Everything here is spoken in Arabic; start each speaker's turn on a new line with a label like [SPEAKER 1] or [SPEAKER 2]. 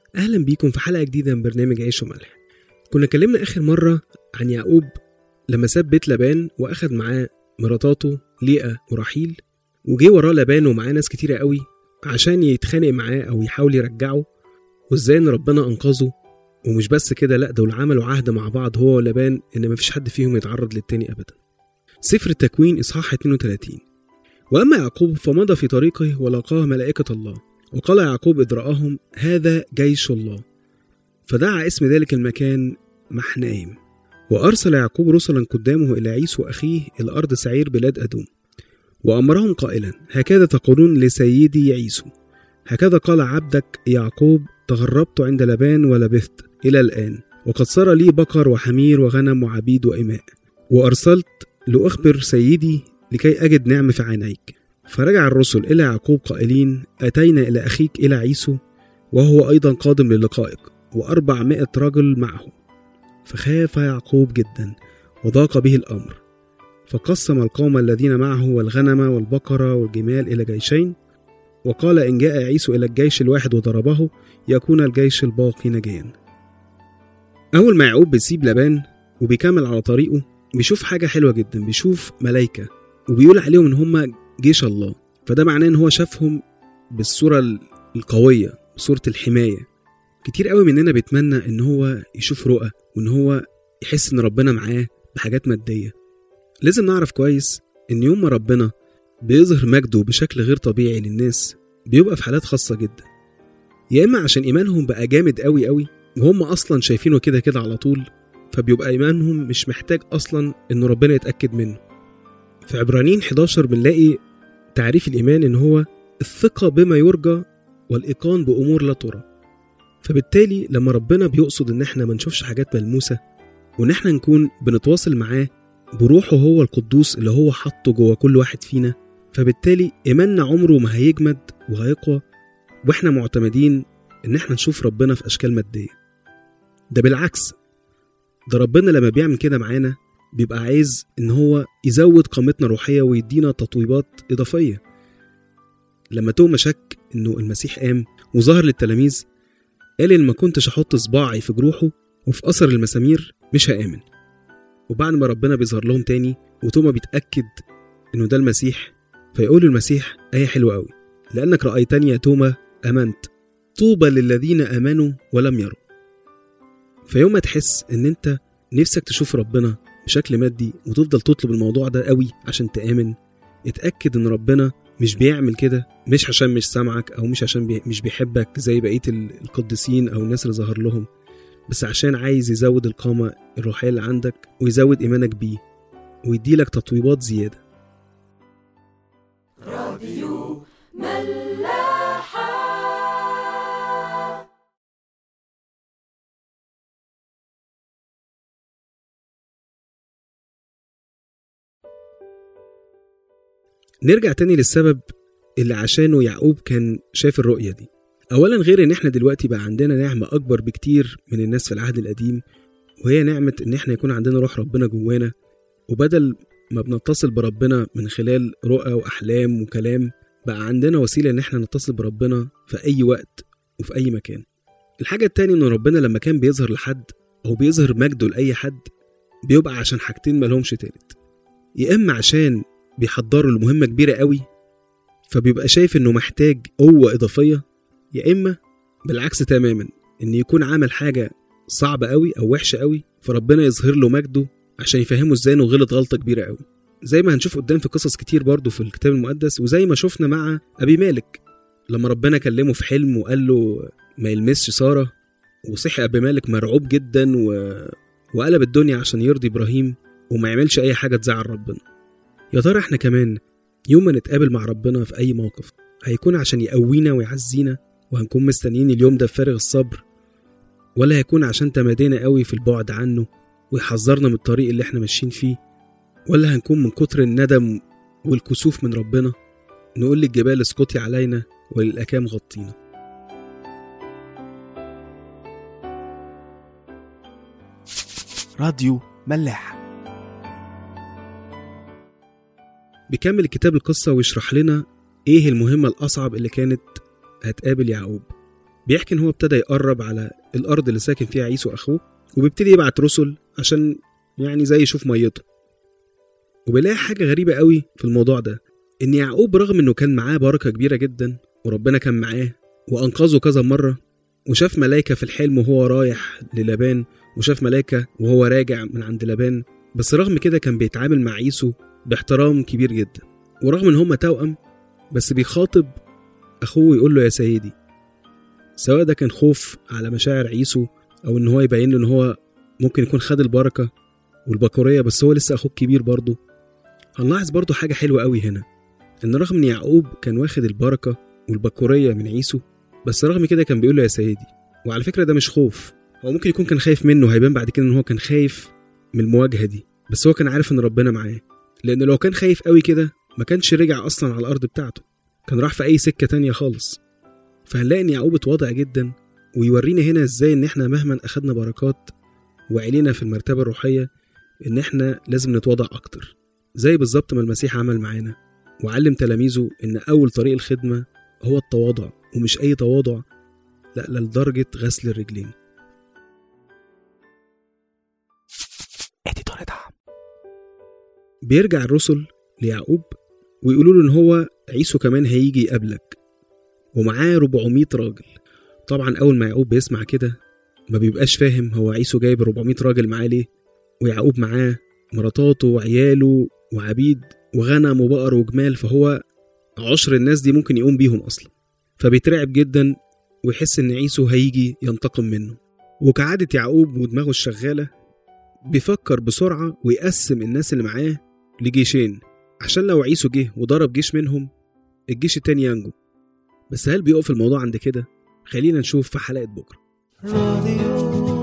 [SPEAKER 1] أهلا بيكم في حلقة جديدة من برنامج عيش وملح. كنا اتكلمنا آخر مرة عن يعقوب لما ساب بيت لابان وأخد معاه مراتاته ليئة ورحيل، وجي وراه لابان ومعاه ناس كتيرة قوي عشان يتخانق معاه أو يحاول يرجعه، وإزاي إن ربنا أنقذه. ومش بس كده، لأ، دول عملوا عهد مع بعض هو ولابان إن مفيش حد فيهم يتعرض للتاني أبدا. سفر التكوين إصحاح 32. وأما يعقوب فمضى في طريقه ولقاه ملائكة الله، وقال يعقوب إذ رآهم هذا جيش الله، فدعا اسم ذلك المكان محنايم. وأرسل يعقوب رسلا قدامه إلى عيسو أخيه إلى أرض سعير بلاد أدوم، وأمرهم قائلا هكذا تقولون لسيدي عيسو، هكذا قال عبدك يعقوب تغربت عند لبان ولبثت إلى الآن، وقد صار لي بقر وحمير وغنم وعبيد وإماء، وأرسلت لأخبر سيدي لكي أجد نعم في عينيك. فرجع الرسل إلى يعقوب قائلين أتينا إلى أخيك إلى عيسو وهو أيضا قادم للقائك، و400 رجل معه. فخاف يعقوب جدا وضاق به الأمر، فقسم القوم الذين معه والغنم والبقرة والجمال إلى جيشين، وقال إن جاء عيسو إلى الجيش الواحد وضربه يكون الجيش الباقي نجيا. أول ما يعقوب بيسيب لبان وبيكمل على طريقه بيشوف حاجة حلوة جدا، بيشوف ملايكة وبيقول عليهم إن هم جيش الله. فده معناه إن هو شافهم بالصورة القوية، صورة الحماية. كتير قوي مننا بيتمنى إن هو يشوف رؤى وإن هو يحس إن ربنا معاه بحاجات مادية. لازم نعرف كويس إن يوم ما ربنا بيظهر مجده بشكل غير طبيعي للناس بيبقى في حالات خاصة جدا، يا إما عشان إيمانهم بقى جامد قوي قوي وهم أصلا شايفينه كده كده على طول، فبيبقى إيمانهم مش محتاج أصلا إنه ربنا يتأكد منه. في عبرانيين 11 بنلاقي تعريف الإيمان إن هو الثقة بما يرجى والإيقان بأمور لا ترى. فبالتالي لما ربنا بيقصد إن احنا ما نشوفش حاجات ملموسة وإن احنا نكون بنتواصل معاه بروحه هو القدوس اللي هو حطه جوه كل واحد فينا، فبالتالي إيماننا عمره ما هيجمد وهيقوى واحنا معتمدين إن احنا نشوف ربنا في أشكال مادية. ده بالعكس، ده ربنا لما بيعمل كده معانا بيبقى عايز إن هو يزود قامتنا روحية ويدينا تطويبات إضافية. لما توما شك إنه المسيح قام وظهر للتلاميذ قال إن ما كنتش أحط صباعي في جروحه وفي أثر المسامير مش هآمن. وبعد ما ربنا بيظهر لهم تاني وتوما بيتأكد إنه ده المسيح، فيقول المسيح آية حلوة قوي، لأنك رأيتني يا توما أمنت، طوبى للذين آمنوا ولم يروا. فيوم ما تحس إن أنت نفسك تشوف ربنا بشكل مادي وتفضل تطلب الموضوع ده قوي عشان تآمن، اتأكد إن ربنا مش بيعمل كده مش عشان مش سامعك أو مش عشان مش بيحبك زي بقية القديسين أو الناس اللي ظهر لهم، بس عشان عايز يزود القامة الروحية اللي عندك ويزود إيمانك بيه ويديلك تطويبات زيادة.
[SPEAKER 2] راديو ملاحة.
[SPEAKER 1] نرجع تاني للسبب اللي عشانه يعقوب كان شاف الرؤية دي. أولا، غير إن إحنا دلوقتي بقى عندنا نعمة أكبر بكتير من الناس في العهد القديم، وهي نعمة إن إحنا يكون عندنا روح ربنا جوانا، وبدل ما بنتصل بربنا من خلال رؤى وأحلام وكلام بقى عندنا وسيلة إن إحنا نتصل بربنا في أي وقت وفي أي مكان. الحاجة التانية إن ربنا لما كان بيظهر لحد أو بيظهر مجده لأي حد بيبقى عشان حاجتين ملهمش تالت، يا إما عشان بيحضروا لمهمة كبيرة قوي فبيبقى شايف إنه محتاج قوة إضافية، يا إما بالعكس تماما إن يكون عامل حاجة صعبة قوي أو وحشة قوي فربنا يظهر له مجده عشان يفهمه إزاي إنه غلط غلطة كبيرة قوي. زي ما هنشوف قدام في قصص كتير برضو في الكتاب المقدس، وزي ما شفنا مع أبي مالك لما ربنا كلمه في حلم وقال له ما يلمسش سارة، وصحي أبي مالك مرعوب جدا وقلب الدنيا عشان يرضي إبراهيم وما يعملش أي حاجة تزعل ربنا. يا ترى إحنا كمان يوم ما نتقابل مع ربنا في أي موقف هيكون عشان يقوينا ويعزينا وهنكون مستنيين اليوم ده بفارغ الصبر، ولا هيكون عشان تمادينا قوي في البعد عنه ويحذرنا من الطريق اللي احنا ماشيين فيه، ولا هنكون من كتر الندم والكسوف من ربنا نقول للجبال اسقطي علينا وللأكام غطينا.
[SPEAKER 3] راديو ملاحة.
[SPEAKER 1] بيكمل الكتاب القصة ويشرح لنا ايه المهمة الأصعب اللي كانت هتقابل يعقوب. بيحكي إن هو ابتدى يقرب على الأرض اللي ساكن فيها عيسو أخوه، وبيبتدي يبعت رسل عشان يعني زي يشوف ميته. وبيلاقي حاجة غريبة قوي في الموضوع ده، إن يعقوب رغم إنه كان معاه بركة كبيرة جدا وربنا كان معاه وأنقذه كذا مرة، وشاف ملايكة في الحلم وهو رايح للابان، وشاف ملايكة وهو راجع من عند لابان، بس رغم كده كان بيتعامل مع عيسو باحترام كبير جدا. ورغم إن هما توأم بس بيخاطب أخوه ويقول له يا سيدي، سواء ده كان خوف على مشاعر عيسو أو إن هو يبين له إن هو ممكن يكون خد البركة والبكورية بس هو لسه أخوه كبير برضه. هنلاحظ برضه حاجة حلوة قوي هنا، إن رغم إن يعقوب كان واخد البركة والبكورية من عيسو، بس رغم كده كان بيقول له يا سيدي. وعلى فكرة ده مش خوف، هو ممكن يكون كان خايف منه، هيبان بعد كده إن هو كان خايف من المواجهة دي، بس هو كان عارف إن ربنا معاه، لأن لو كان خايف قوي كده ما كانش رجع أصلا على الأرض بتاعته، كان راح في أي سكة تانية خالص. فهنلاقي إن يعقوب اتواضع جدا، ويورينا هنا إزاي إن إحنا مهما أخدنا بركات وعلينا في المرتبة الروحية إن إحنا لازم نتواضع أكتر، زي بالظبط ما المسيح عمل معانا وعلم تلاميذه إن أول طريق الخدمة هو التواضع، ومش أي تواضع، لا لدرجة غسل الرجلين. بيرجع الرسل ليعقوب ويقولوا له إن هو عيسو كمان هيجي يقابلك ومعاه 400 راجل. طبعا أول ما يعقوب بيسمع كده ما بيبقاش فاهم هو عيسو جايب 400 راجل معاه ليه، ويعقوب معاه مراتاته وعياله وعبيد وغنم وبقر وجمال، فهو عشر الناس دي ممكن يقوم بيهم أصلا. فبيترعب جدا ويحس إن عيسو هيجي ينتقم منه. وكعادة يعقوب ودماغه الشغالة بيفكر بسرعة ويقسم الناس اللي معاه لجيشين، عشان لو عيسو جه وضرب جيش منهم الجيش التاني ينجو. بس هل بيقف الموضوع عند كده؟ خلينا نشوف في حلقة بكرة.